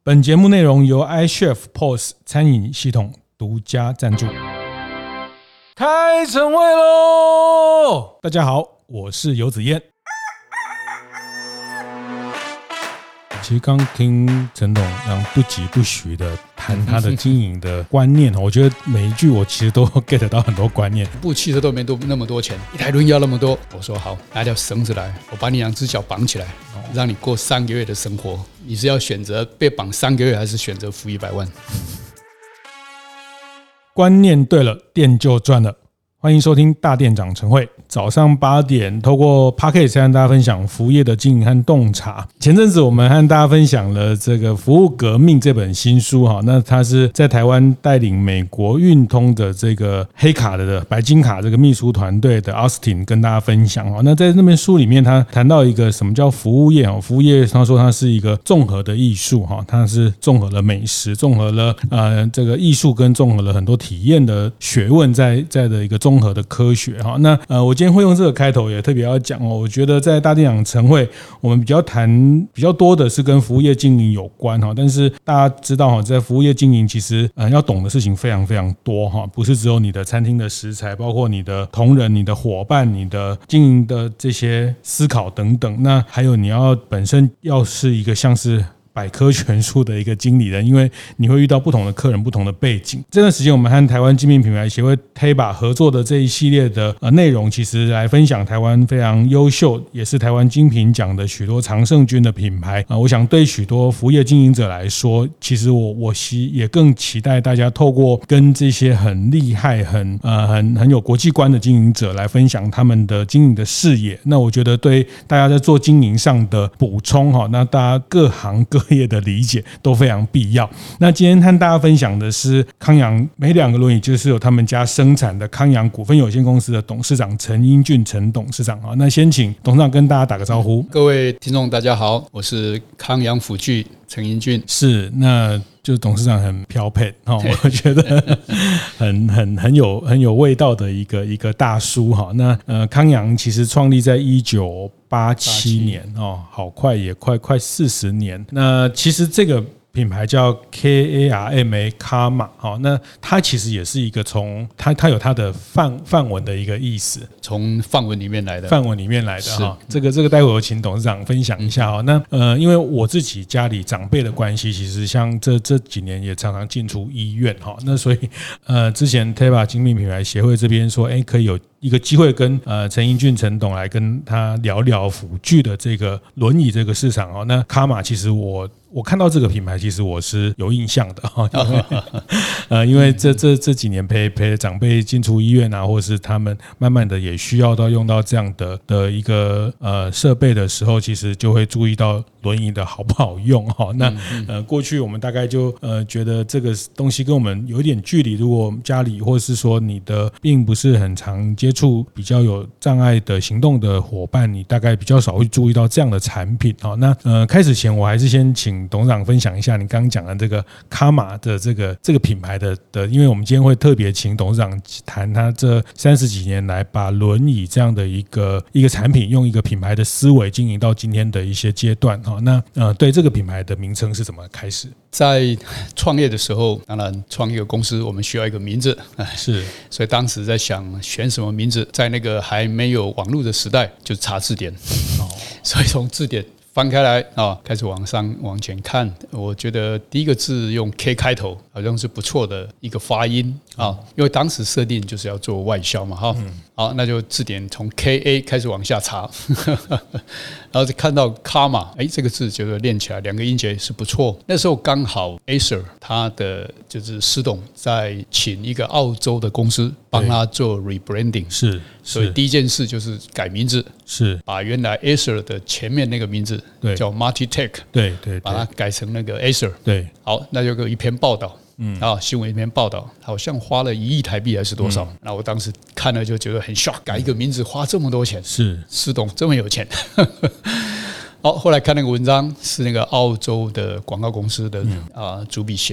本节目内容由 iChef POS 餐饮系统独家赞助。开晨会喽！大家好，我是游子燕。其实刚听陈董这样不疾不徐的谈他的经营的观念，我觉得每一句我其实都 get 到很多观念。 部汽车都没那么多钱，一台轮要那么多，我说好，拿条绳子来，我把你2只脚绑起来，让你过3个月的生活。你是要选择被绑3个月，还是选择付100万？ 观念对了，店就赚了。欢迎收听大店长晨会，早上8点，透过 Podcast 和大家分享服务业的经营和洞察。前阵子我们和大家分享了这个《服务革命》这本新书，那它是在台湾带领美国运通的这个黑卡的白金卡这个秘书团队的 Austin 跟大家分享。那在那本书里面，他谈到一个什么叫服务业，服务业他说它是一个综合的艺术，它是综合了美食，综合了这个艺术跟综合了很多体验的学问在的一个综合的科学。那我今天会用这个开头也特别要讲我觉得在大店长晨会我们比较多的是跟服务业经营有关，但是大家知道在服务业经营其实要懂的事情非常非常多，不是只有你的餐厅的食材，包括你的同仁、你的伙伴、你的经营的这些思考等等，那还有你要本身要是一个像是百科全书的一个经理人，因为你会遇到不同的客人、不同的背景。这段时间我们和台湾精品品牌协会 TEBA 合作的这一系列的内容，其实来分享台湾非常优秀，也是台湾精品奖的许多常胜军的品牌。我想对许多服务业经营者来说，其实我也更期待大家透过跟这些很厉害、很有国际观的经营者来分享他们的经营的视野。那我觉得对大家在做经营上的补充，那大家各行各业的理解都非常必要。那今天和大家分享的是康阳每2个轮椅就是由他们家生产的康阳股份有限公司的董事长陈英俊陈董事长。那先请董事长跟大家打个招呼。 各位听众大家好，我是康阳辅具陈英俊。 是，那就董事长很飘配，我觉得很有味道的一个大叔。那康阳其实创立在1987年，好快也快40年。那其实这个品牌叫 KARMA Karma， 那它其实也是一个从它有它的梵文的一个意思， 从梵文里面来的这个待会我请董事长分享一下。那因为我自己家里长辈的关系，其实像这几年也常常进出医院，那所以之前 TEBA 精品品牌协会这边说可以有一个机会跟陈英俊陈董来跟他聊聊辅具的这个轮椅这个市场。那卡玛其实我看到这个品牌，其实我是有印象的，因为这几年陪长辈进出医院或者是他们慢慢的也需要用到这样的一个设备的时候，其实就会注意到轮椅的好不好用。那过去我们大概就觉得这个东西跟我们有一点距离，如果家里或是说你的并不是很常接触比较有障碍的行动的伙伴，你大概比较少会注意到这样的产品。那开始前我还是先请董事长分享一下你刚刚讲的这个卡玛的这个品牌的，因为我们今天会特别请董事长谈他这30几年来把轮椅这样的一个产品用一个品牌的思维经营到今天的一些阶段。那对这个品牌的名称是怎么开始？ 在创业的时候，当然创一个公司我们需要一个名字， 是，所以当时在想选什么名字，在那个还没有网络的时代，就查字典。所以从字典翻开来开始往前看，我觉得第一个字用 K 开头好像是不错的一个发音因为当时设定就是要做外销嘛好，那就字典从 KA 开始往下查然后就看到 Karma， 这个字觉得练起来2个音节是不错。那时候刚好 Acer 他的就是施董在请一个澳洲的公司帮他做 rebranding， 是， 所以第一件事就是改名字， 是把原来 Acer 的前面那个名字叫 Multitech， 对， 把它改成那个 Acer。 对， 好，那就有一篇报道。新闻一篇报道，好像花了1亿台币还是多少？那我当时看了就觉得很 shock， 改一个名字花这么多钱，是施董这么有钱。好，后来看那个文章是那个澳洲的广告公司的主笔写的，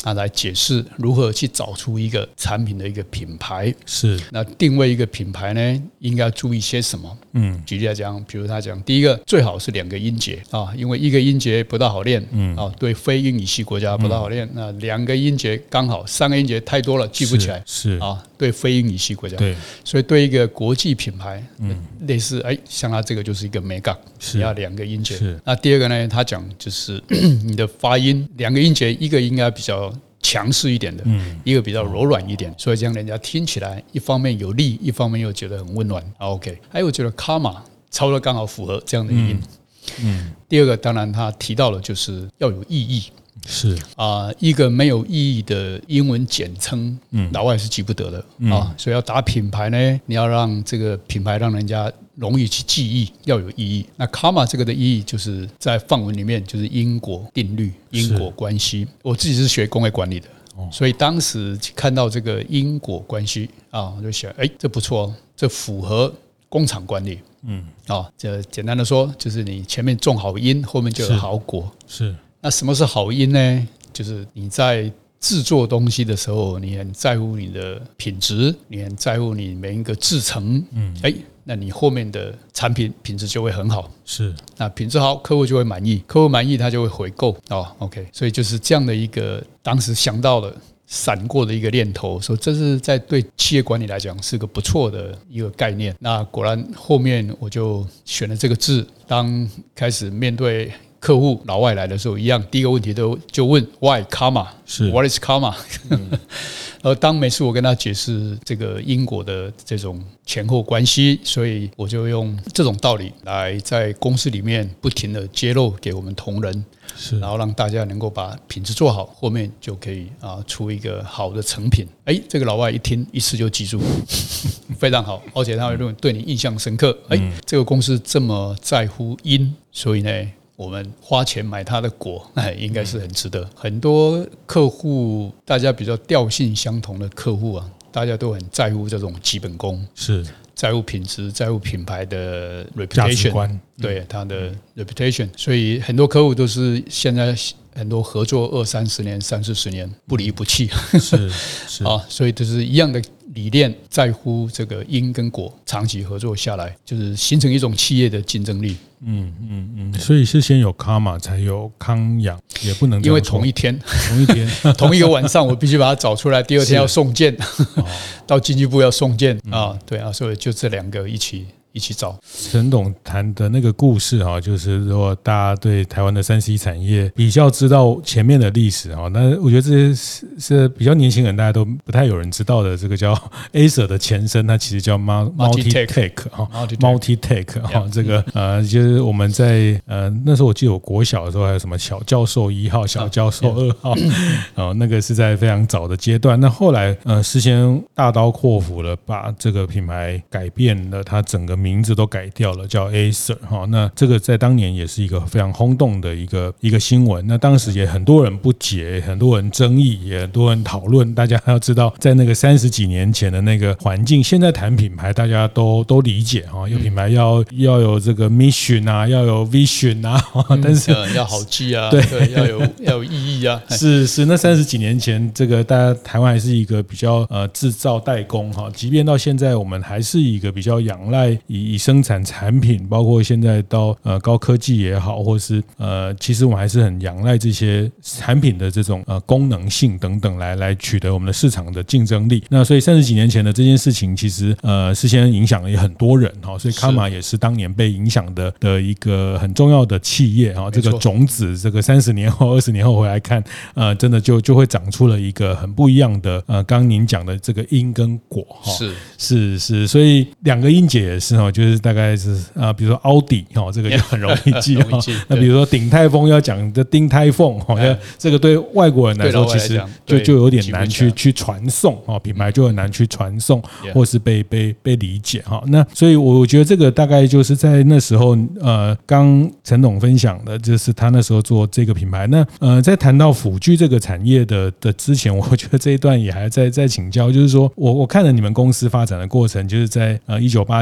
来解释如何去找出一个产品的一个品牌。 是， 那定位一个品牌呢，应该注意些什么？举例来讲，比如他讲，第一个最好是2个音节啊，因为一个音节不大好练，对非英语系国家不大好练。那2个音节刚好，3个音节太多了记不起来， 是啊， 对非英语系国家， 对， 所以对一个国际品牌，类似像它这个就是一个美感，你要2个音节。那第二个呢，他讲就是你的发音2个音节，一个应该比较强势一点的，一个比较柔软一点，所以这样人家听起来一方面有力，一方面又觉得很温暖。OK， 还有我觉得 karma 差不多刚好符合这样的音。第二个当然他提到了就是要有意义。 是一个没有意义的英文简称，老外是记不得的所以要打品牌呢，你要让这个品牌让人家容易去记忆，要有意义。那 karma 这个的意义就是在范文里面就是因果定律、因果关系。我自己是学工业管理的，所以当时看到这个因果关系我就想，这不错，这符合工厂管理。这简单的说，就是你前面种好因，后面就有好果。 是。那什么是好因呢？就是你在制作东西的时候，你很在乎你的品质，你很在乎你每一个制程，那你后面的产品品质就会很好。是，那品质好，客户就会满意，客户满意他就会回购。OK， 所以就是这样的一个当时想到了。闪过的一个念头，说这是在对企业管理来讲是个不错的一个概念。那果然后面我就选了这个字，当开始面对客户老外来的时候一样，第一个问题就问 Why karma？ 是 What is karma？而当每次我跟他解释这个因果的这种前后关系，所以我就用这种道理来在公司里面不停的揭露给我们同仁，然后让大家能够把品质做好，后面就可以出一个好的成品。这个老外一听一次就记住，非常好，而且他会认为对你印象深刻。这个公司这么在乎因，所以呢。我们花钱买它的果，应该是很值得。很多客户，大家比较调性相同的客户大家都很在乎这种基本功，是在乎品质，在乎品牌的 reputation， 对它的 reputation。所以很多客户都是现在很多合作20-30年、30-40年不离不弃，是所以这是一样的理念，在乎这个因跟果，长期合作下来，就是形成一种企业的竞争力。 所以是先有 karma 才有康养，也不能因为同一天同一个晚上，我必须把它找出来，第二天要送件，到经济部要送件对所以就这2个一起找。 陈董谈的那个故事就是说大家对台湾的3C 产业比较知道前面的历史那我觉得这些是比较年轻人大家都不太有人知道的，这个叫 Acer 的前身，它其实叫 Multitech 这个就是我们在那时候我记得我国小的时候还有什么小教授1号、小教授2号那个是在非常早的阶段。那后来事先大刀阔斧了，把这个品牌改变了，它整个名字都改掉了，叫 Acer 那这个在当年也是一个非常轰动的一个新闻。那当时也很多人不解，很多人争议，也很多人讨论。大家要知道，在那个30几年前的那个环境，现在谈品牌大家都理解有品牌要有这个 mission 要有 vision 但是要好记对，要有意义是那30几年前，这个大家台湾还是一个比较制造代工即便到现在，我们还是一个比较仰赖以生产产品，包括现在到高科技也好，或是其实我们还是很仰赖这些产品的这种功能性等等来取得我们的市场的竞争力。那所以30几年前的这件事情，其实事先影响了也很多人所以 Karma 也是当年被影响的一个很重要的企业这个种子，这个30年后、20年后回来看，真的就会长出了一个很不一样的刚刚您讲的这个因跟果是，所以2个音节也是就是大概是比如说奥迪这个就很容易记那比如说鼎泰丰要讲的丁泰丰这个对外国人来说其实就有点难去传送品牌就很难去传送或是被理解那所以我觉得这个大概就是在那时候刚陈董分享的就是他那时候做这个品牌。那在谈到辅具这个产业的之前，我觉得这一段也还在请教，就是说我看了你们公司发展的过程，就是在1987年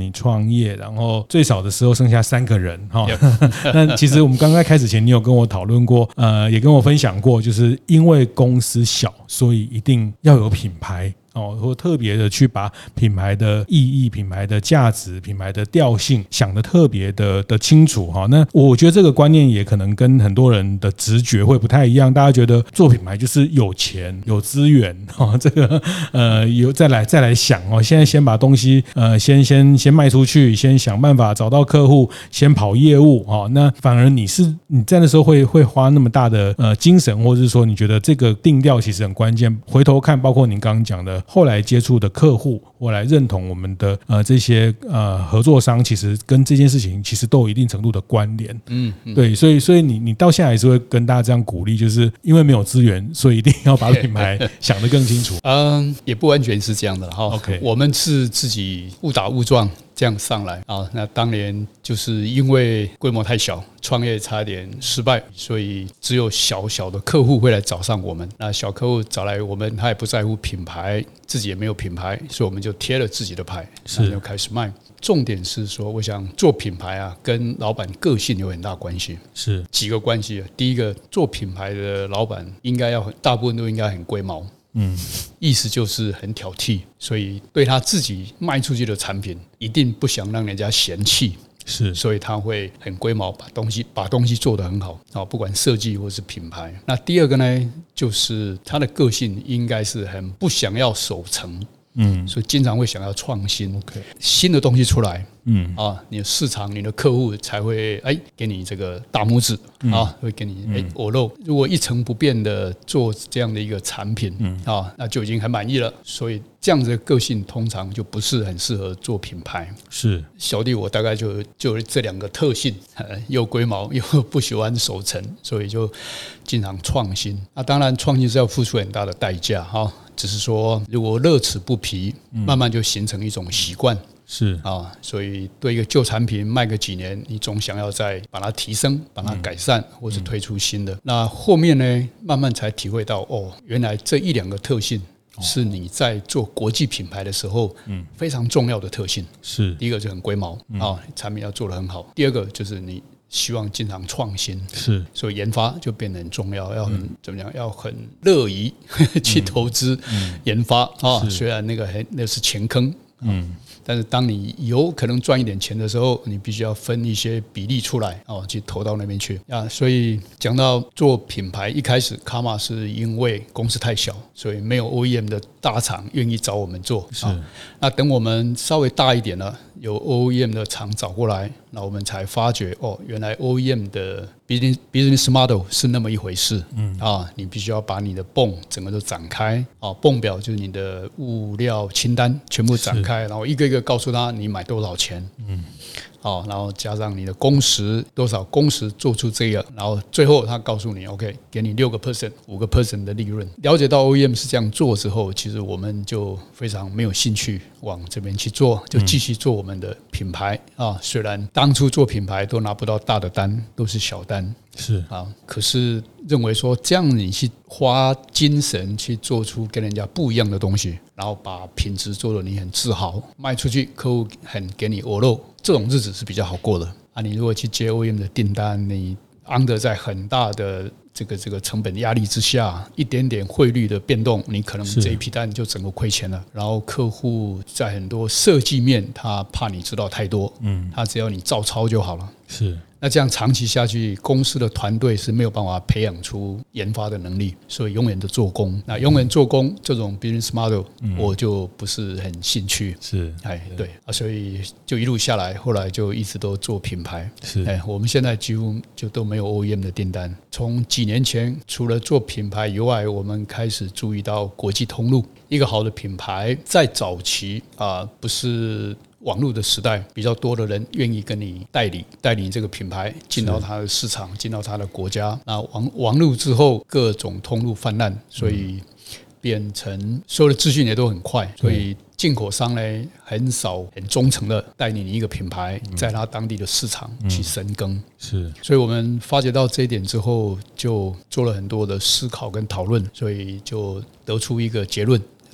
你创业，然后最少的时候剩下3个人哈。那其实我们刚刚开始前，你有跟我讨论过，也跟我分享过，就是因为公司小，所以一定要有品牌。或特别的去把品牌的意义、品牌的价值、品牌的调性想得特别的清楚哈。那我觉得这个观念也可能跟很多人的直觉会不太一样。大家觉得做品牌就是有钱、有资源这个有再来想现在先把东西先卖出去，先想办法找到客户，先跑业务那反而你在那时候会花那么大的精神，或者是说你觉得这个定调其实很关键。回头看，包括您刚刚讲的。后来接触的客户，后来认同我们的这些合作商，其实跟这件事情其实都有一定程度的关联。对，所以你到现在还是会跟大家这样鼓励，就是因为没有资源，所以一定要把品牌想得更清楚。 也不完全是这样的哈。 OK， 我们是自己误打误撞这样上来啊。那当年就是因为规模太小，创业差点失败，所以只有小小的客户会来找上我们。那小客户找来我们，他也不在乎品牌，自己也没有品牌，所以我们就贴了自己的牌，那就开始卖。重点是说，我想做品牌啊，跟老板个性有很大关系。 是几个关系啊？第一个，做品牌的老板应该大部分都应该很龟毛。意思就是很挑剔，所以对他自己卖出去的产品，一定不想让人家嫌弃。 是， 所以他会很龟毛，把东西做得很好不管设计或是品牌。那第二个呢，就是他的个性应该是很不想要守成，所以经常会想要创新，新的东西出来，你的市场、你的客户才会给你这个大拇指会给你or肉。如果一成不变的做这样的一个产品那就已经很满意了。所以这样子的个性通常就不是很适合做品牌。 是小弟我大概就这2个特性，又龟毛又不喜欢守成，所以就经常创新。那当然创新是要付出很大的代价只是说如果乐此不疲，慢慢就形成一种习惯。 是所以对一个旧产品卖个几年，你总想要再把它提升、把它改善，或是推出新的。那后面呢，慢慢才体会到原来这1-2个特性是你在做国际品牌的时候非常重要的特性。 是第一个就很龟毛产品要做得很好；第二个就是你希望经常创新， 是， 所以研发就变得很重要，要很怎么样？要很乐意去投资研发虽然那是钱坑，但是当你有可能赚一点钱的时候，你必须要分一些比例出来去投到那边去所以讲到做品牌，一开始卡玛是因为公司太小，所以没有 OEM 的大厂愿意找我们做。那等我们稍微大一点了，有 OEM 的厂找过来，那我们才发觉原来 OEM 的 business model 是那么一回事。你必须要把你的泵整个都展开泵表就是你的物料清单全部展开，然后一个一个告诉他你买多少钱。然后加上你的工时多少工时做出这个，然后最后他告诉你 OK 给你6% 5% 的利润。了解到 OEM 是这样做之后，其实我们就非常没有兴趣往这边去做，就继续做我们的品牌虽然当初做品牌都拿不到大的单，都是小单是可是认为说这样你去花精神去做出跟人家不一样的东西，然后把品质做得你很自豪，卖出去客户很给你order，这种日子是比较好过的你如果去接 OEM 的订单，你under在很大的这个成本压力之下，一点点汇率的变动，你可能这一批单就整个亏钱了。然后客户在很多设计面，他怕你知道太多，他只要你照抄就好了。 是。 那这样长期下去，公司的团队是没有办法培养出研发的能力，所以永远的做工。那永远做工这种 business model，我就不是很兴趣。 是， 对所以就一路下来，后来就一直都做品牌。 是， 我们现在几乎就都没有 OEM 的订单。从几年前，除了做品牌以外，我们开始注意到国际通路。一个好的品牌，在早期不是。网络的时代，比较多的人愿意跟你带领这个品牌进到他的市场，进到他的国家。那网络之后，各种通路泛滥，所以变成所有的资讯也都很快，所以进口商呢很少很忠诚的带领你一个品牌在他当地的市场去深耕。 是， 所以我们发觉到这一点之后，就做了很多的思考跟讨论，所以就得出一个结论。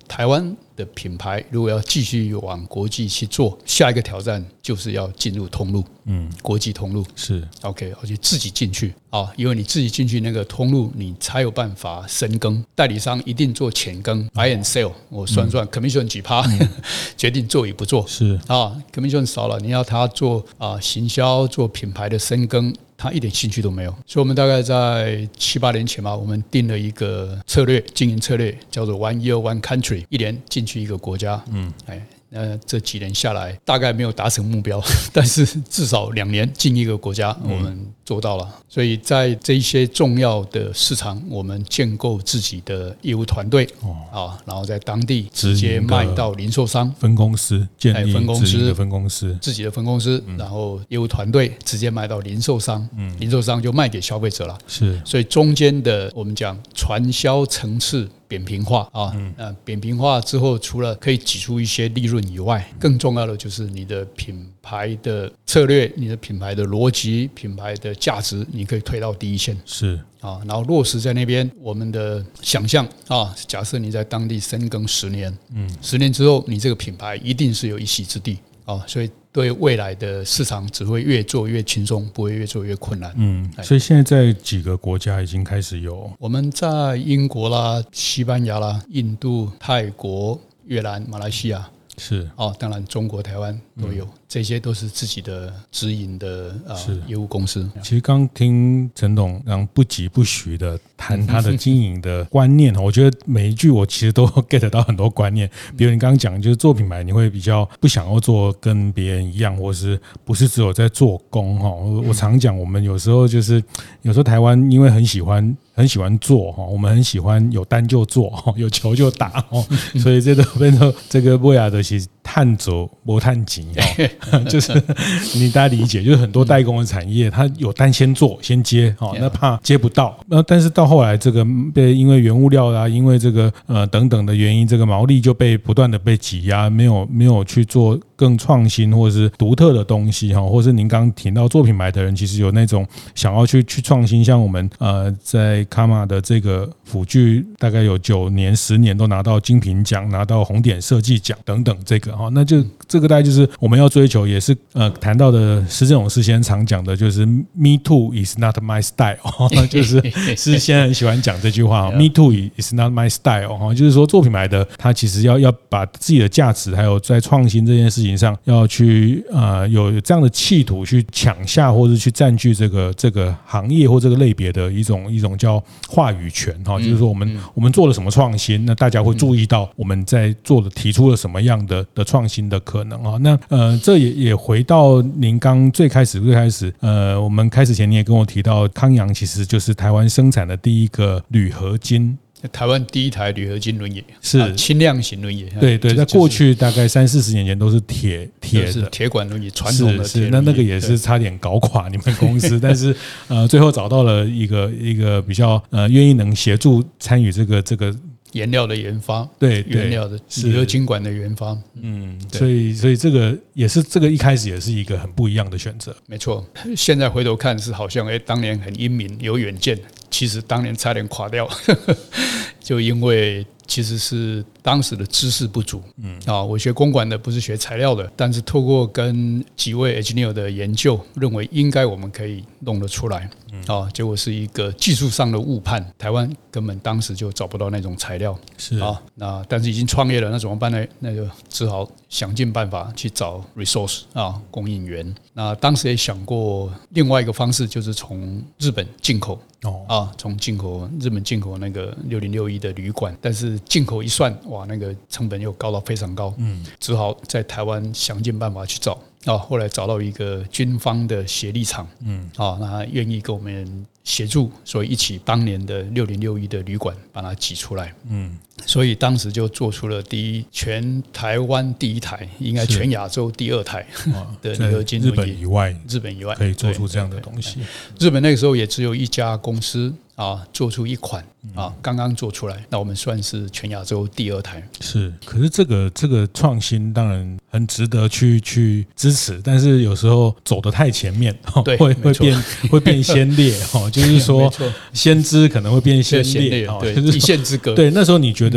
台湾的品牌如果要继续往国际去做，下一个挑战就是要进入通路，国际通路是 OK， 而且自己进去啊，因为你自己进去那个通路，你才有办法深耕。代理商一定做浅耕 ，buy and sell， 我算commission 几%，决定做与不做是啊 ，commission 少了，你要他做行销、做品牌的深耕。他一点兴趣都没有，所以我们大概在7、8年前吧，我们定了一个策略，经营策略叫做 One Year One Country， 1年进去一个国家。这几年下来，大概没有达成目标，但是至少2年进一个国家，我们做到了。所以在这一些重要的市场，我们建构自己的业务团队然后在当地直接卖到零售商、 分公司，建立分公司、 自己的分公司，然后业务团队直接卖到零售商，零售商就卖给消费者了。 是， 所以中间的我们讲传销层次扁平化扁平化之后，除了可以挤出一些利润以外，更重要的就是你的品牌的策略、你的品牌的逻辑、品牌的价值，你可以推到第一线。 是然后落实在那边。我们的想象假设你在当地深耕10年，10年之后，你这个品牌一定是有一席之地所以对未来的市场只会越做越轻松，不会越做越困难。 所以现在在几个国家已经开始有， 我们在英国啦、西班牙啦、印度、泰国、越南、马来西亚是当然中国台湾都有，这些都是自己的直营的业务公司。 其实刚听陈董不疾不徐的谈他的经营的观念，我觉得每一句我其实都 get 到很多观念。比如你刚刚讲，就是做品牌你会比较不想要做跟别人一样，或是不是只有在做工。我常讲，我们有时候台湾因为很喜欢做，我们很喜欢有单就做，有球就打，所以这都变成这个不雅的是探走不探钱，就是你大家理解，就是很多代工的产业，它有单先做先接，那怕接不到，但是到后来这个因为原物料啦，因为这个等等的原因，这个毛利就被不断的被挤压，没有去做更创新或是独特的东西，或是您刚刚提到做品牌的人，其实有那种想要去创新，像我们在卡玛的这个辅具，大概有9年10年都拿到金品奖，拿到红点设计奖等等，这个那就这个大概就是我们要追求，也是谈到的施正荣事先常讲的，就是 Me too is not my style， 就是是现在很喜欢讲这句话，Me too is not my style， 就是说做品牌的他其实要把自己的价值，还有在创新这件事情上，要去有这样的企图去抢下或者去占据这个行业或这个类别的一种叫话语权，就是说我们做了什么创新，那大家会注意到我们在做的提出了什么样的创新的可能。那这也回到您刚最开始我们开始前你也跟我提到，康阳其实就是台湾生产的第一个铝合金， 台湾第一台铝合金轮椅， 是轻量型轮椅。 对，在过去大概30-40年前都是铁的铁管轮椅，传统的铁轮椅。 那个也是差点搞垮你们公司，但是最后找到了一个比较愿意能协助参与这个原料的研发， 对原料的铝合金管的研发， 所以这个也是一开始也是一个很不一样的选择。 没错，现在回头看是好像当年很英明有远见，其实当年差点垮掉，就因为其实是当时的知识不足。我学公管的，不是学材料的，但是透过跟几位 engineer 的研究，认为应该我们可以弄得出来。结果是一个技术上的误判，台湾根本当时就找不到那种材料。 是但是已经创业了，那怎么办呢？那就只好想尽办法去找 resource 供应源。那当时也想过另外一个方式，就是从日本进口。从日本进口那个6061的铝管，但是进口一算，哇，那个成本又高到非常高，只好在台湾想尽办法去找。后来找到一个军方的协力厂，那他愿意跟我们协助，所以一起当年的6061的铝管把它挤出来。所以当时就做出了全台湾第一台，应该全亚洲第2台的铝合金轮椅。日本以外可以做出这样的东西。 日本那个时候也只有一家公司做出一款刚刚做出来，那我们算是全亚洲第2台。 是，可是这个创新当然很值得去支持，但是有时候走得太前面，会变先烈，就是说先知可能会变先烈， 对，一线之隔。 对，那时候你觉得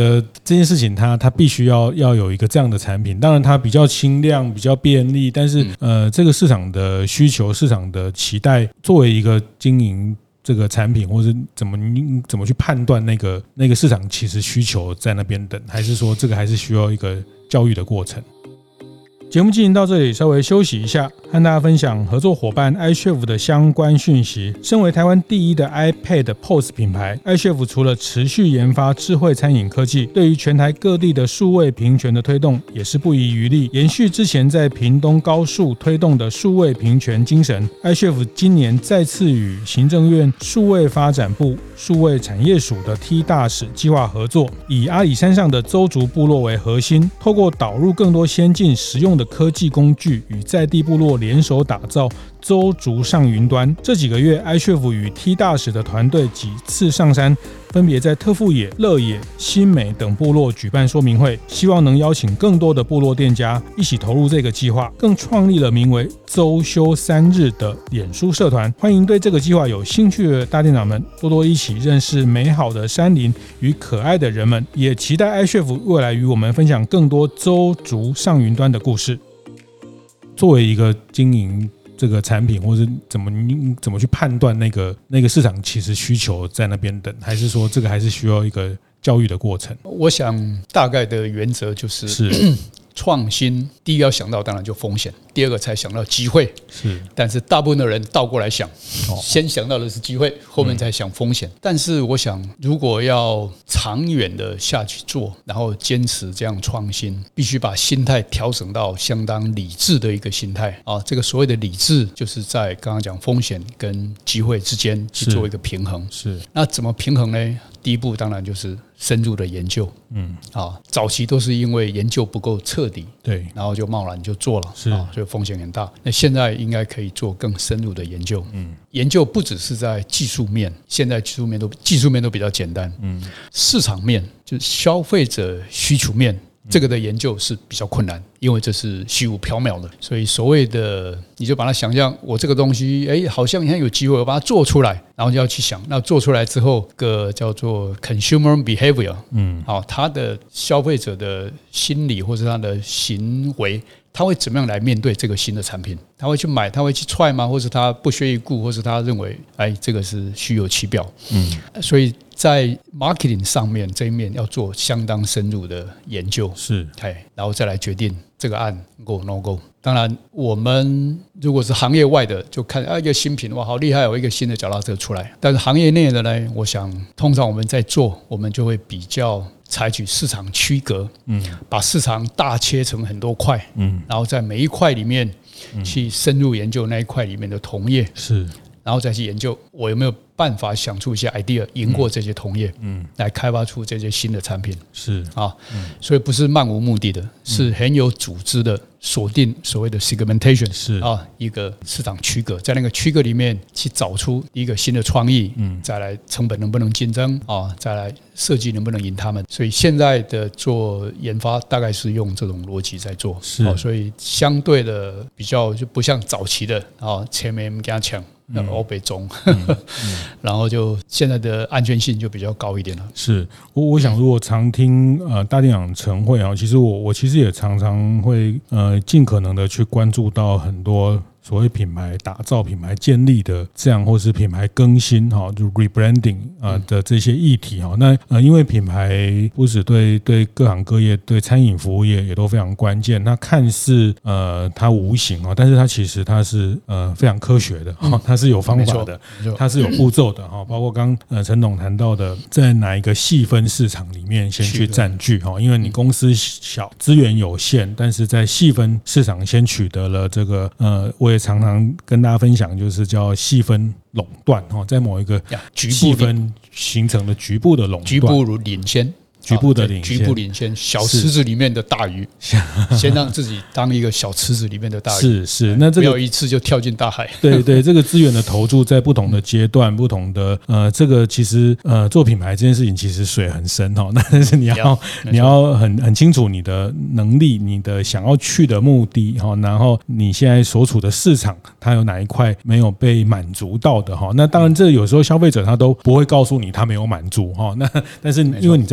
得这件事情它必须要有一个这样的产品，当然它比较轻量比较便利，但是这个市场的需求市场的期待，作为一个经营这个产品，或是怎么去判断那个市场其实需求在那边等，还是说这个还是需要一个教育的过程。节目进行到这里，稍微休息一下，和大家分享合作伙伴 iChef 的相关讯息。身为台湾第一的 iPad POS 品牌， iChef 除了持续研发智慧餐饮科技，对于全台各地的数位平权的推动也是不遗余力。延续之前在屏东高数推动的数位平权精神， iChef 今年再次与行政院数位发展部数位产业署的 T 大使计划合作，以阿里山上的邹族部落为核心，透过导入更多先进实用的科技工具，与在地部落联手打造邹族上云端。这几个月 iChef 与 T 大使的团队几次上山，分别在特富野、乐野、新美等部落举办说明会，希望能邀请更多的部落店家一起投入这个计划，更创立了名为邹休3日的脸书社团，欢迎对这个计划有兴趣的大店长们多多一起认识美好的山林与可爱的人们，也期待 iChef 未来与我们分享更多邹族上云端的故事。作为一个经营这个产品，或是怎么去判断那个市场其实需求在那边等，还是说这个还是需要一个教育的过程？我想大概的原则就是创新，第一个要想到当然就风险，第二个才想到机会。但是大部分的人倒过来想，先想到的是机会，后面才想风险。但是我想，如果要长远的下去做，然后坚持这样创新，必须把心态调整到相当理智的一个心态啊。这个所谓的理智，就是在刚刚讲风险跟机会之间去做一个平衡。那怎么平衡呢？第一步当然就是深入的研究，早期都是因为研究不够彻底，对，然后就贸然就做了，所以风险很大。那现在应该可以做更深入的研究，研究不只是在技术面，现在技术面都比较简单，市场面就是消费者需求面。这个的研究是比较困难，因为这是虚无缥缈的，所以所谓的你就把它想象，我这个东西，好像你看有机会，我把它做出来，然后就要去想，那做出来之后，个叫做 consumer behavior，他的消费者的心理或者他的行为，他会怎么样来面对这个新的产品？他会去买，他会去try吗？或者他不屑一顾，或者他认为，这个是虚有其表。所以在 marketing 上面这一面要做相当深入的研究，然后再来决定这个案 go no go。当然，我们如果是行业外的，就看一个新品，哇，好厉害，有一个新的脚踏车出来。但是行业内的呢，我想通常我们在做，我们就会比较采取市场区隔，把市场大切成很多块，然后在每一块里面去深入研究那一块里面的同业，然后再去研究我有没有办法想出一些 idea 赢过这些同业，来开发出这些新的产品，所以不是漫无目的的，是很有组织的锁定所谓的 segmentation， 一个市场区隔，在那个区隔里面去找出一个新的创意，再来成本能不能竞争，再来设计能不能赢他们。所以现在的做研发大概是用这种逻辑在做，所以相对的比较就不像早期的前面跟他抢欧北中，然后就现在的安全性就比较高一点了。 我想如果常听大店长晨会其实我其实也常常会尽可能的去关注到很多所谓品牌打造、品牌建立的这样，或是品牌更新就 rebranding 的这些议题那因为品牌不止对各行各业、对餐饮服务业也都非常关键。它看似它无形但是它其实它是非常科学的它是有方法的，它是有步骤的包括刚陈董谈到的，在哪一个细分市场里面先去占据因为你公司小、资源有限，但是在细分市场先取得了这个我也常常跟大家分享，就是叫细分垄断在某一个细分形成的局部的垄断， 局部领先。 局部领先，小池子里面的大鱼，先让自己当一个小池子里面的大鱼，那这个不要一次就跳进大海。 对，这个资源的投注在不同的阶段、不同的这个其实做品牌这件事情其实水很深但是你要很清楚你的能力、你的想要去的目的然后你现在所处的市场它有哪一块没有被满足到的那当然这有时候消费者他都不会告诉你他没有满足但是因为你在这行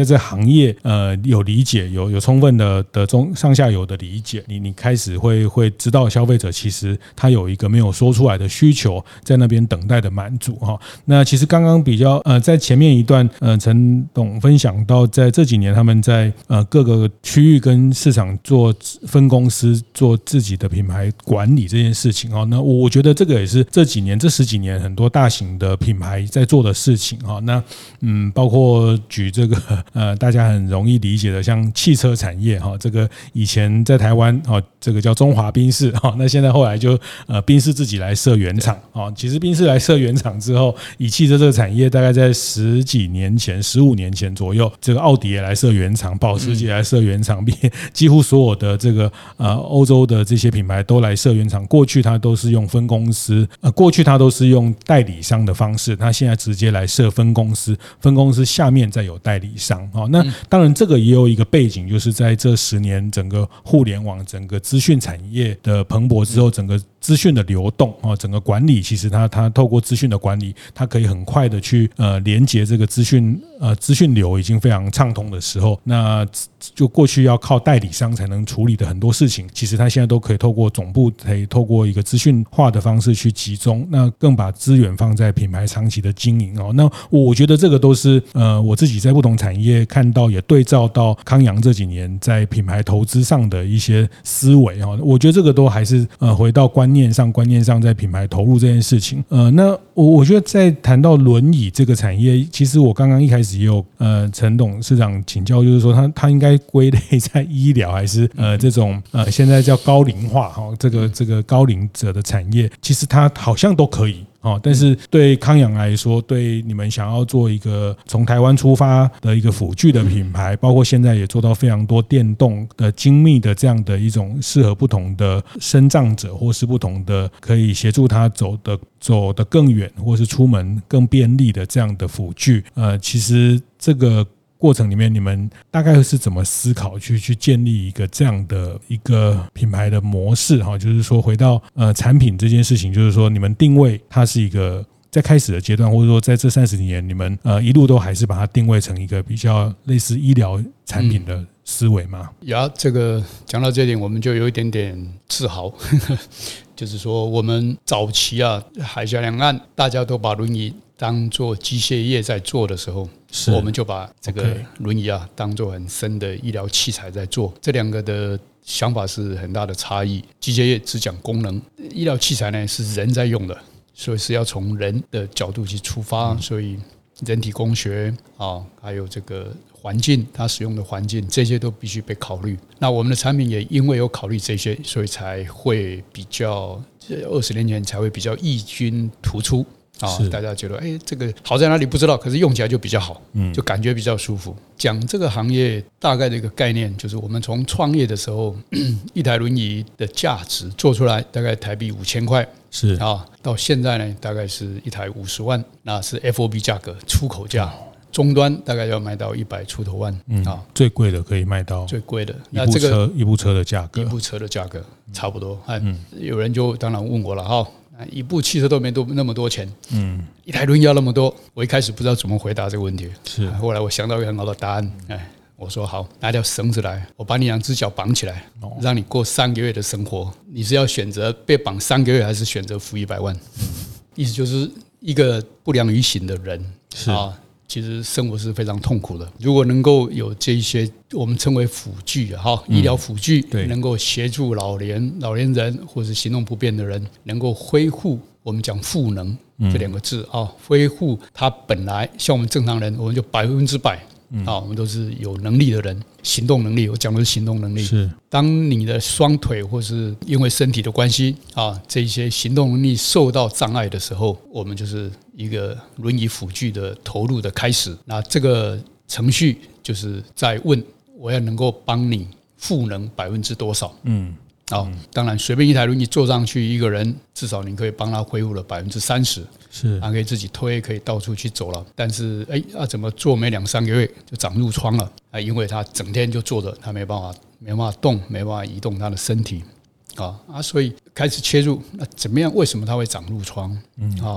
行业有理解，有充分的上下游的理解，你开始会知道消费者其实他有一个没有说出来的需求在那边等待的满足哈。那其实刚刚比较在前面一段陈董分享到，在这几年他们在各个区域跟市场做分公司做自己的品牌管理这件事情哈。那我觉得这个也是这10几年很多大型的品牌在做的事情哈。那包括举这个大家很容易理解的像汽车产业哈，这个以前在台湾这个叫中华宾士哈，那现在后来就宾士自己来设原厂啊。其实宾士来设原厂之后，以汽车这个产业大概在10几年前、15年前左右，这个奥迪也来设原厂，保时捷来设原厂，几乎所有的这个欧洲的这些品牌都来设原厂。过去它都是用分公司，过去它都是用代理商的方式，它现在直接来设分公司，分公司下面再有代理商。那当然这个也有一个背景，就是在这10年整个互联网、整个资讯产业的蓬勃之后，整个资讯的流动整个管理，其实它透过资讯的管理，它可以很快的去连接这个资讯流已经非常畅通的时候，那就过去要靠代理商才能处理的很多事情，其实它现在都可以透过总部，可以透过一个资讯化的方式去集中，那更把资源放在品牌长期的经营那我觉得这个都是我自己在不同产业看到，也对照到康阳这几年在品牌投资上的一些思维我觉得这个都还是回到观念上在品牌投入这件事情。那我觉得在谈到轮椅这个产业，其实我刚刚一开始也有陈董事长请教，就是说他应该归类在医疗还是这种现在叫高龄化这个高龄者的产业，其实它好像都可以。但是对康阳来说，对你们想要做一个从台湾出发的一个辅具的品牌，包括现在也做到非常多电动的精密的这样的一种适合不同的身障者，或是不同的可以协助他走得更远，或是出门更便利的这样的辅具。其实这个过程里面，你们大概是怎么思考去建立一个这样的一个品牌的模式就是说回到产品这件事情，就是说你们定位它是一个在开始的阶段，或者说在这30年，你们一路都还是把它定位成一个比较类似医疗产品的思维吗？ 这个讲到这点，我们就有一点点自豪就是说我们早期海峡两岸大家都把轮椅当做机械业在做的时候，我们就把这个轮椅当做很深的医疗器材在做。这两个的想法是很大的差异。机械业只讲功能，医疗器材呢是人在用的，所以是要从人的角度去出发，所以人体工学还有这个环境，它使用的环境，这些都必须被考虑。那我们的产品也因为有考虑这些，所以才会比较20年前才会比较异军突出。大家觉得这个好在哪里不知道，可是用起来就比较好，就感觉比较舒服。讲这个行业大概的一个概念，就是我们从创业的时候，一台轮椅的价值做出来大概台币5000块， 是到现在呢大概是一台50万，那是 FOB 价格，出口价。终端大概要卖到100出头万最贵的可以卖到最贵的那这个一部车的价格， 一部车的价格差不多。有人就当然问我了一部汽车都没那么多钱，一台轮椅要那么多，我一开始不知道怎么回答这个问题，后来我想到一个很好的答案，我说好，拿条绳子来，我把你2只脚绑起来，让你过3个月的生活，你是要选择被绑3个月，还是选择付100万？意思就是一个不良于行的人其实生活是非常痛苦的。如果能够有这一些我们称为辅具医疗辅具，能够协助老年人或是行动不便的人，能够恢复我们讲赋能这2个字恢复他本来像我们正常人，我们就100%我们都是有能力的人，行动能力，我讲的是行动能力。是当你的双腿或是因为身体的关系这些行动能力受到障碍的时候，我们就是一个轮椅辅具的投入的开始。那这个程序就是在问我要能够帮你赋能多少。当然随便一台轮椅坐上去，一个人至少你可以帮他恢复了30%，是他可以自己推，可以到处去走了。但是怎么做没2-3个月就长褥疮了因为他整天就坐着，他没办法动，没办法移动他的身体所以开始切入。那怎么样？为什么他会长褥疮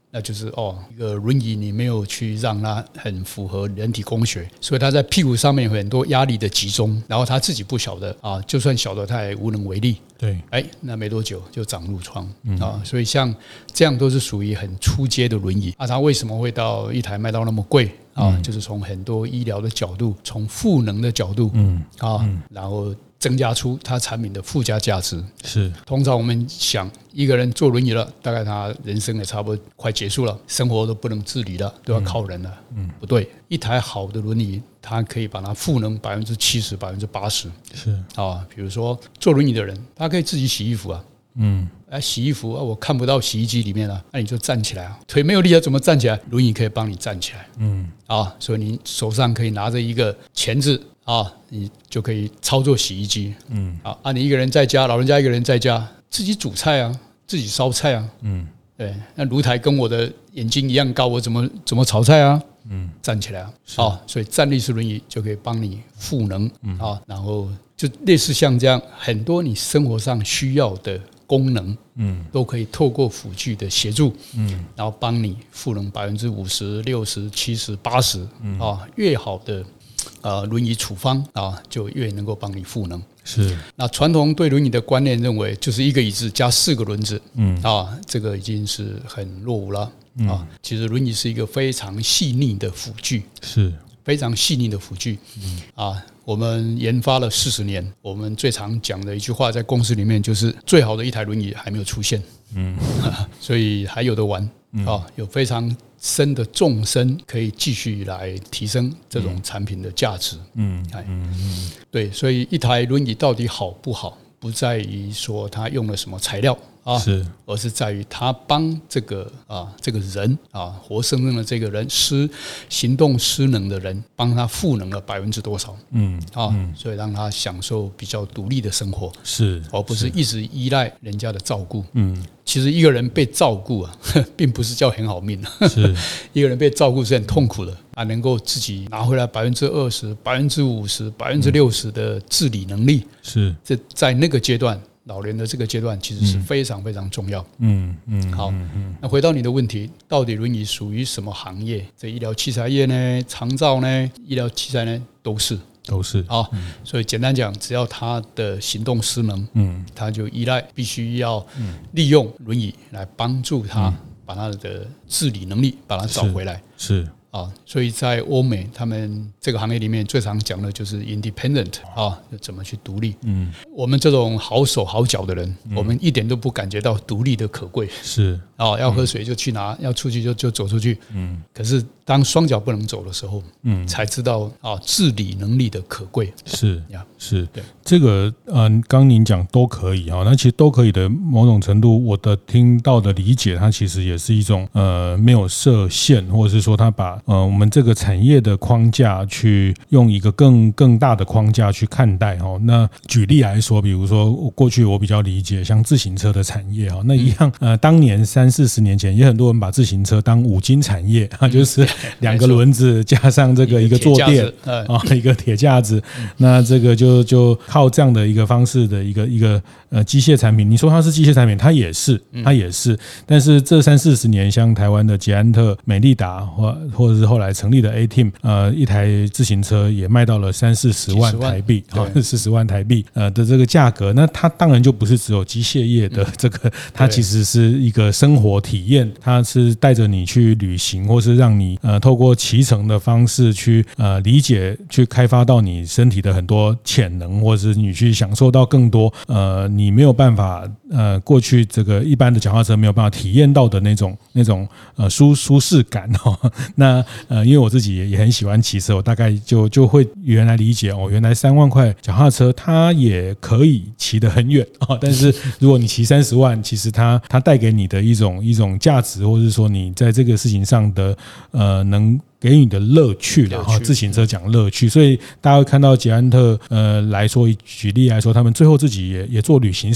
那就是一个轮椅你没有去让它很符合人体工学，所以它在屁股上面有很多压力的集中，然后他自己不晓得啊，就算晓得他也无能为力。 对， 那没多久就长褥疮啊，所以像这样都是属于很初阶的轮椅啊。它为什么会到一台卖到那么贵啊？就是从很多医疗的角度，从赋能的角度，然后增加出它产品的附加价值。 是， 通常我们想一个人坐轮椅了，大概他人生也差不多快结束了，生活都不能自理了，都要靠人了。不对，一台好的轮椅，它可以把它赋能70%、80%。 是啊，比如说坐轮椅的人，他可以自己洗衣服啊。洗衣服啊，我看不到洗衣机里面啊，那你就站起来啊，腿没有力了怎么站起来？轮椅可以帮你站起来。所以你手上可以拿着一个钳子啊，你就可以操作洗衣机。你一个人在家，老人家一个人在家，自己煮菜啊，自己烧菜啊。对，那炉台跟我的眼睛一样高，我怎么炒菜啊？站起来啊，所以站立式轮椅就可以帮你赋能然后就类似像这样很多你生活上需要的功能，都可以透过辅具的协助，然后帮你赋能50%、60%、70%、80%越好的轮椅处方就越能够帮你赋能。 是， 那传统对轮椅的观念认为就是一个椅子加4个轮子，这个已经是很落伍了。其实轮椅是一个非常细腻的辅具， 是非常细腻的辅具。我们研发了40年，我们最常讲的一句话在公司里面就是最好的一台轮椅还没有出现。所以还有得玩有非常深的纵深可以继续来提升这种产品的价值。对，所以一台轮椅到底好不好，不在于说它用了什么材料而是在于他帮这个人活生生的这个人行动失能的人，帮他赋能了多少？所以让他享受比较独立的生活，而不是一直依赖人家的照顾。其实一个人被照顾并不是叫很好命一个人被照顾是很痛苦的能够自己拿回来20%、50%、60%的自理能力，这在那个阶段。老年的这个阶段其实是非常非常重要。好，那回到你的问题，到底轮椅属于什么行业？这医疗器材业呢？长照呢？医疗器材呢？都是所以简单讲，只要他的行动失能，他就必须要利用轮椅来帮助他把他的自理能力把它找回来。所以在欧美，他们这个行业里面最常讲的就是 independent 怎么去独立。我们这种好手好脚的人，我们一点都不感觉到独立的可贵。要喝水就去拿，要出去就走出去。可是当双脚不能走的时候，才知道自理能力的可贵。 对，这个刚您讲都可以那其实都可以的某种程度，我的听到的理解，它其实也是一种没有设限，或者是说它把我们这个产业的框架去用一个更大的框架去看待那举例来说，比如说过去我比较理解像自行车的产业那一样当年30-40年前也很多人把自行车当5金产业就是2个轮子加上这个一个坐垫一个铁架子，那这个就靠这样的一个方式的一个机械产品。你说它是机械产品，它也是，但是这30-40年，像台湾的捷安特、美利达或者是后来成立的 A-Team， 一台自行车也卖到了30-40万台币，40万台币的这个价格。那它当然就不是只有机械业的这个，它其实是一个生活体验，它是带着你去旅行，或是让你透过骑乘的方式去理解、去开发到你身体的很多潜能，或者是你去享受到更多你没有办法过去这个一般的脚踏车没有办法体验到的那种舒适感那因为我自己也很喜欢骑车，我大概就会原来理解原来3万块脚踏车它也可以骑得很远但是如果你骑30万，其实它带给你的一种价值，或是说你在这个事情上的能给你的乐趣了自行车讲乐趣，所以大家会看到捷安特来说，举例来说，他们最后自己也做旅行社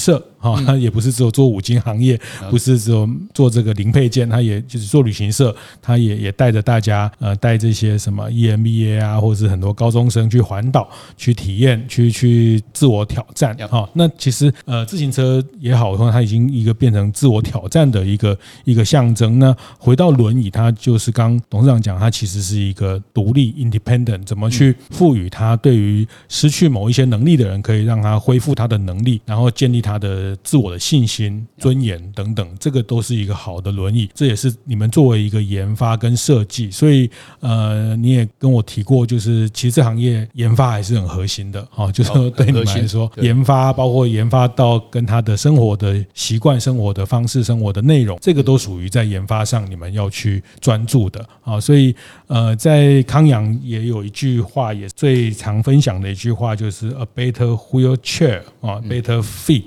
他也不是只有做五金行业，不是只有做这个零配件，他也就是做旅行社，他也带着大家带这些什么 EMBA 啊，或者是很多高中生去环岛去体验，去自我挑战。那其实自行车也好，它已经一个变成自我挑战的一个象征。那回到轮椅，它就是刚董事长讲，它其实是一个独立 independent， 怎么去赋予它对于失去某一些能力的人，可以让他恢复他的能力，然后建立他的自我的信心、尊严等等，这个都是一个好的轮椅。这也是你们作为一个研发跟设计，所以你也跟我提过，就是其实这行业研发还是很核心的，就是对你们来说，研发包括研发到跟他的生活的习惯、生活的方式、生活的内容，这个都属于在研发上你们要去专注的。所以在康阳也有一句话，也最常分享的一句话，就是 A better wheelchair better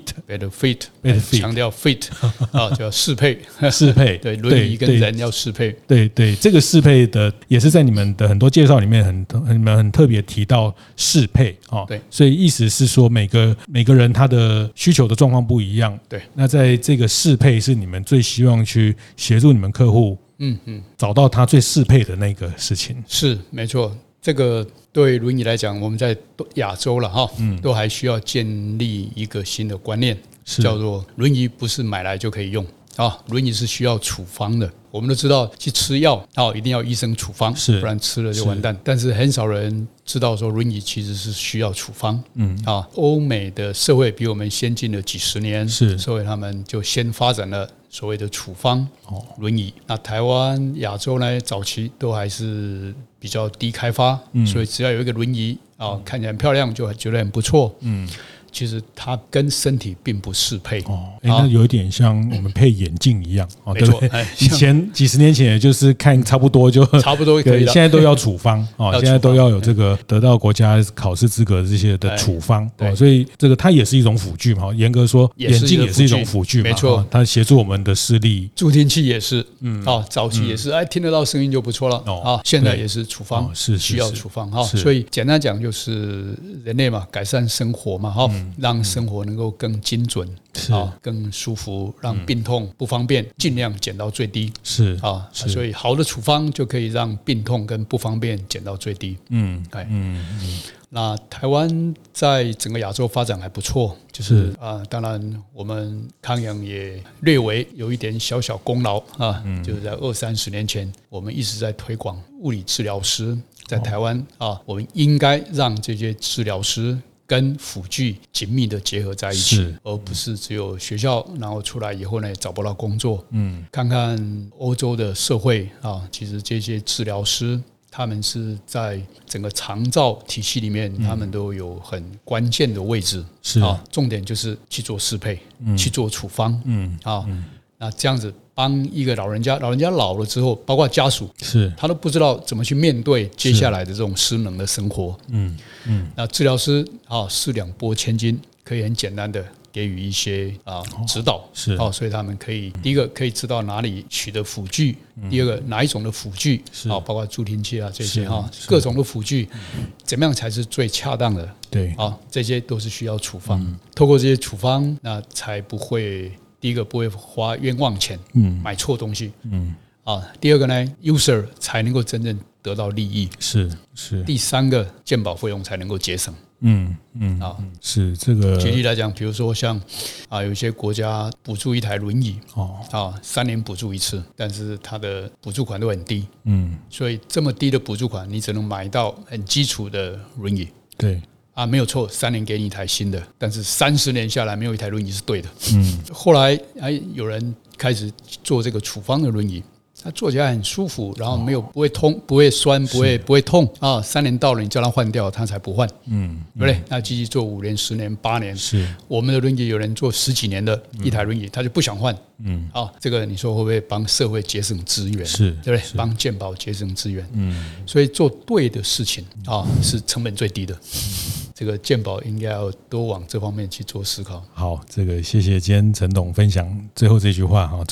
fit， 强调 fit 叫适配， 适配， 对，轮椅跟人要适配， 对，这个适配的也是在你们的很多介绍里面很特别提到适配对，所以意思是说每个人他的需求的状况不一样，对，那在这个适配是你们最希望去协助你们客户找到他最适配的那个事情， 是没错。这个对轮椅来讲，我们在亚洲了都还需要建立一个新的观念，叫做轮椅不是买来就可以用轮椅是需要处方的。我们都知道去吃药一定要医生处方，不然吃了就完蛋。但是很少人知道说轮椅其实是需要处方。欧美的社会比我们先进了几十年，所以他们就先发展了所谓的处方轮椅。那台湾、亚洲呢，早期都还是比较低开发，所以只要有一个轮椅看起来很漂亮，就觉得很不错。其实它跟身体并不适配那有一点像我们配眼镜一样对不对？以前几十年前也就是看差不多就差不多可以了， 现在都要处方现在都要有这个得到国家考试资格这些的处方所以这个它也是一种辅具嘛，严格说眼镜也是一种辅具嘛， 没错， 它协助我们的视力。 助听器也是早期也是听得到声音就不错了现在也是处方，是需要处方所以简单讲就是人类嘛，改善生活嘛让生活能够更精准更舒服，让病痛不方便尽量减到最低，所以好的处方就可以让病痛跟不方便减到最低。那台湾在整个亚洲发展还不错，就是当然我们康阳也略微有一点小小功劳就是在20-30年前，我们一直在推广物理治疗师在台湾我们应该让这些治疗师跟辅具紧密的结合在一起，而不是只有学校，然后出来以后呢找不到工作。看看欧洲的社会其实这些治疗师他们是在整个长照体系里面，他们都有很关键的位置。重点就是去做适配，去做处方。那这样子帮一个老人家老了之后，包括家属，他都不知道怎么去面对接下来的这种失能的生活。那治疗师四两拨千斤，可以很简单的给予一些指导，所以他们可以第一个可以知道哪里取得辅具，第二个哪一种的辅具包括助听器这些各种的辅具怎么样才是最恰当的，对这些都是需要处方，透过这些处方，那才不会第一个不会花冤枉钱买错东西，第二个呢 user 才能够真正得到利益，第三个健保费用才能够节省。 是这个。 举例来讲，比如说像有一些国家补助一台轮椅3年补助一次，但是它的补助款都很低，所以这么低的补助款，你只能买到很基础的轮椅。对。没有错，3年给你一台新的，但是30年下来没有一台轮椅是对的。后来有人开始做这个处方的轮椅，它坐起来很舒服，然后不会痛、不会酸、不会痛3年到了，你叫它换掉，它才不换，对不对？那继续做5年、10年、8年，我们的轮椅有人做10几年的一台轮椅，他就不想换，这个你说会不会帮社会节省资源？对不对？帮健保节省资源，所以做对的事情是成本最低的。这个健保应该要多往这方面去做思考。 好，这个谢谢今天陈董分享最后这句话做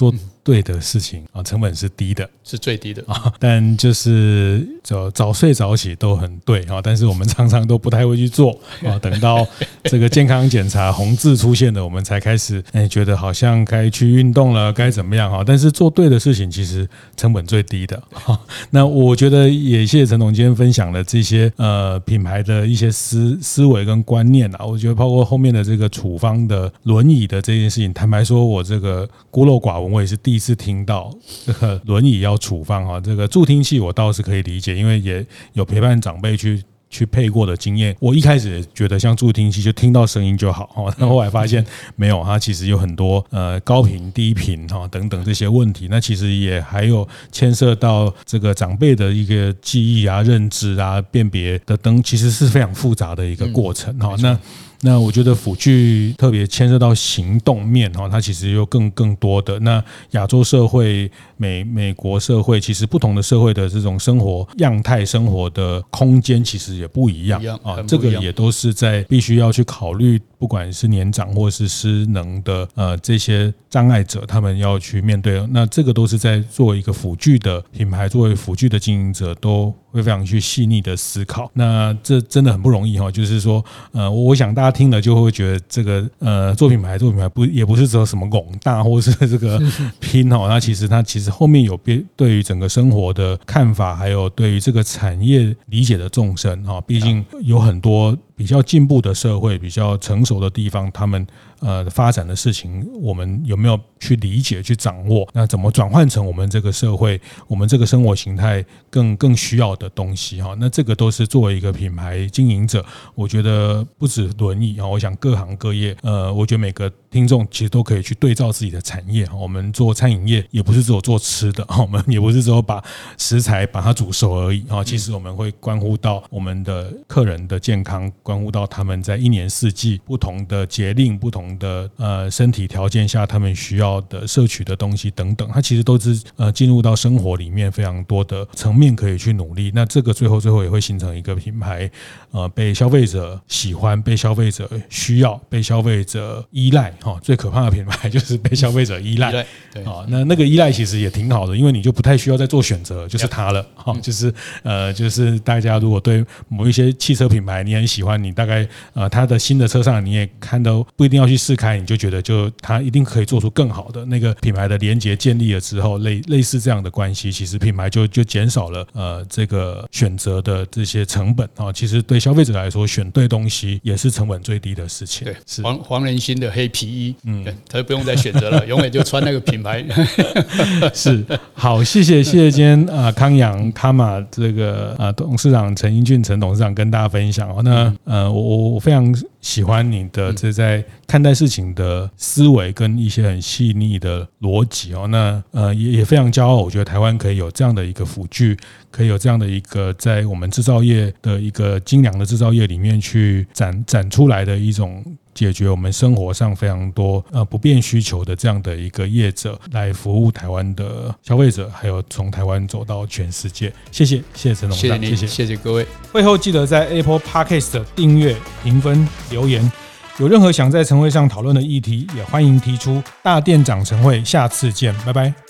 对的事情啊，成本是低的， 是最低的啊，但就是早睡早起都很对啊，但是我们常常都不太会去做啊，等到这个健康检查红字出现了，我们才开始觉得好像该去运动了，该怎么样啊？但是做对的事情其实成本最低的。那我觉得也谢谢陈董今天分享了这些品牌的一些思维跟观念啊，我觉得包括后面的这个处方的轮椅的这件事情，坦白说，我这个孤陋寡闻，我也是第一次听到这个轮椅要处方啊。这个助听器我倒是可以理解，因为也有陪伴长辈去配过的经验，我一开始也觉得像助听器就听到声音就好，但后来发现没有，它其实有很多高频、低频等等这些问题，那其实也还有牵涉到这个长辈的一个记忆啊、认知啊、辨别的等，其实是非常复杂的一个过程。那我觉得辅具特别牵涉到行动面，它其实有更多的。那亚洲社会、美国社会，其实不同的社会的这种生活样态、生活的空间其实也不一样啊。这个也都是在必须要去考虑，不管是年长或是失能的这些障碍者，他们要去面对。那这个都是在作为一个辅具的品牌，作为辅具的经营者，都会非常去细腻的思考。那这真的很不容易哈，就是说我想大家听了就会觉得这个做品牌也不是只有什么拱大或是这个拼哈，它其实后面有对于整个生活的看法，还有对于这个产业理解的纵深哈，毕竟有很多比较进步的社会、比较成熟的地方，他们发展的事情，我们有没有去理解、去掌握？那怎么转换成我们这个社会、我们这个生活形态更需要的东西哈？那这个都是作为一个品牌经营者，我觉得不止轮椅啊，我想各行各业，我觉得每个听众其实都可以去对照自己的产业。我们做餐饮业也不是只有做吃的，我们也不是只有把食材把它煮熟而已啊。其实我们会关乎到我们的客人的健康，关乎到他们在一年四季不同的节令、不同的身体条件下，他们需要的摄取的东西等等，它其实都是进入到生活里面非常多的层面可以去努力。那这个最后也会形成一个品牌，被消费者喜欢、被消费者需要、被消费者依赖。最可怕的品牌就是被消费者依赖。 对， 那个依赖其实也挺好的，因为你就不太需要再做选择，就是它了。就是大家如果对某一些汽车品牌你很喜欢，你大概它的新的车上你也看到，不一定要去试开，你就觉得它一定可以做出更好的那个品牌的连结建立了之后，类似这样的关系，其实品牌就减少了这个选择的这些成本啊。其实对消费者来说，选对东西也是成本最低的事情。 对， 是黄仁勋的黑皮衣，他就不用再选择了，永远就穿那个品牌。 是好，谢谢今天康阳卡玛这个董事长陈英俊陈董事长跟大家分享。那我非常喜欢你的这在看待事情的思维跟一些很细腻的逻辑哦。那也非常骄傲，我觉得台湾可以有这样的一个辅具，可以有这样的一个在我们制造业的一个精良的制造业里面去展出来的一种解决我们生活上非常多不便需求的这样的一个业者，来服务台湾的消费者，还有从台湾走到全世界。谢谢陈董事长， 谢谢各位。 会后记得在 Apple Podcast 订阅、评分、留言。有任何想在晨会上讨论的议题，也欢迎提出。大店长晨会，下次见，拜拜。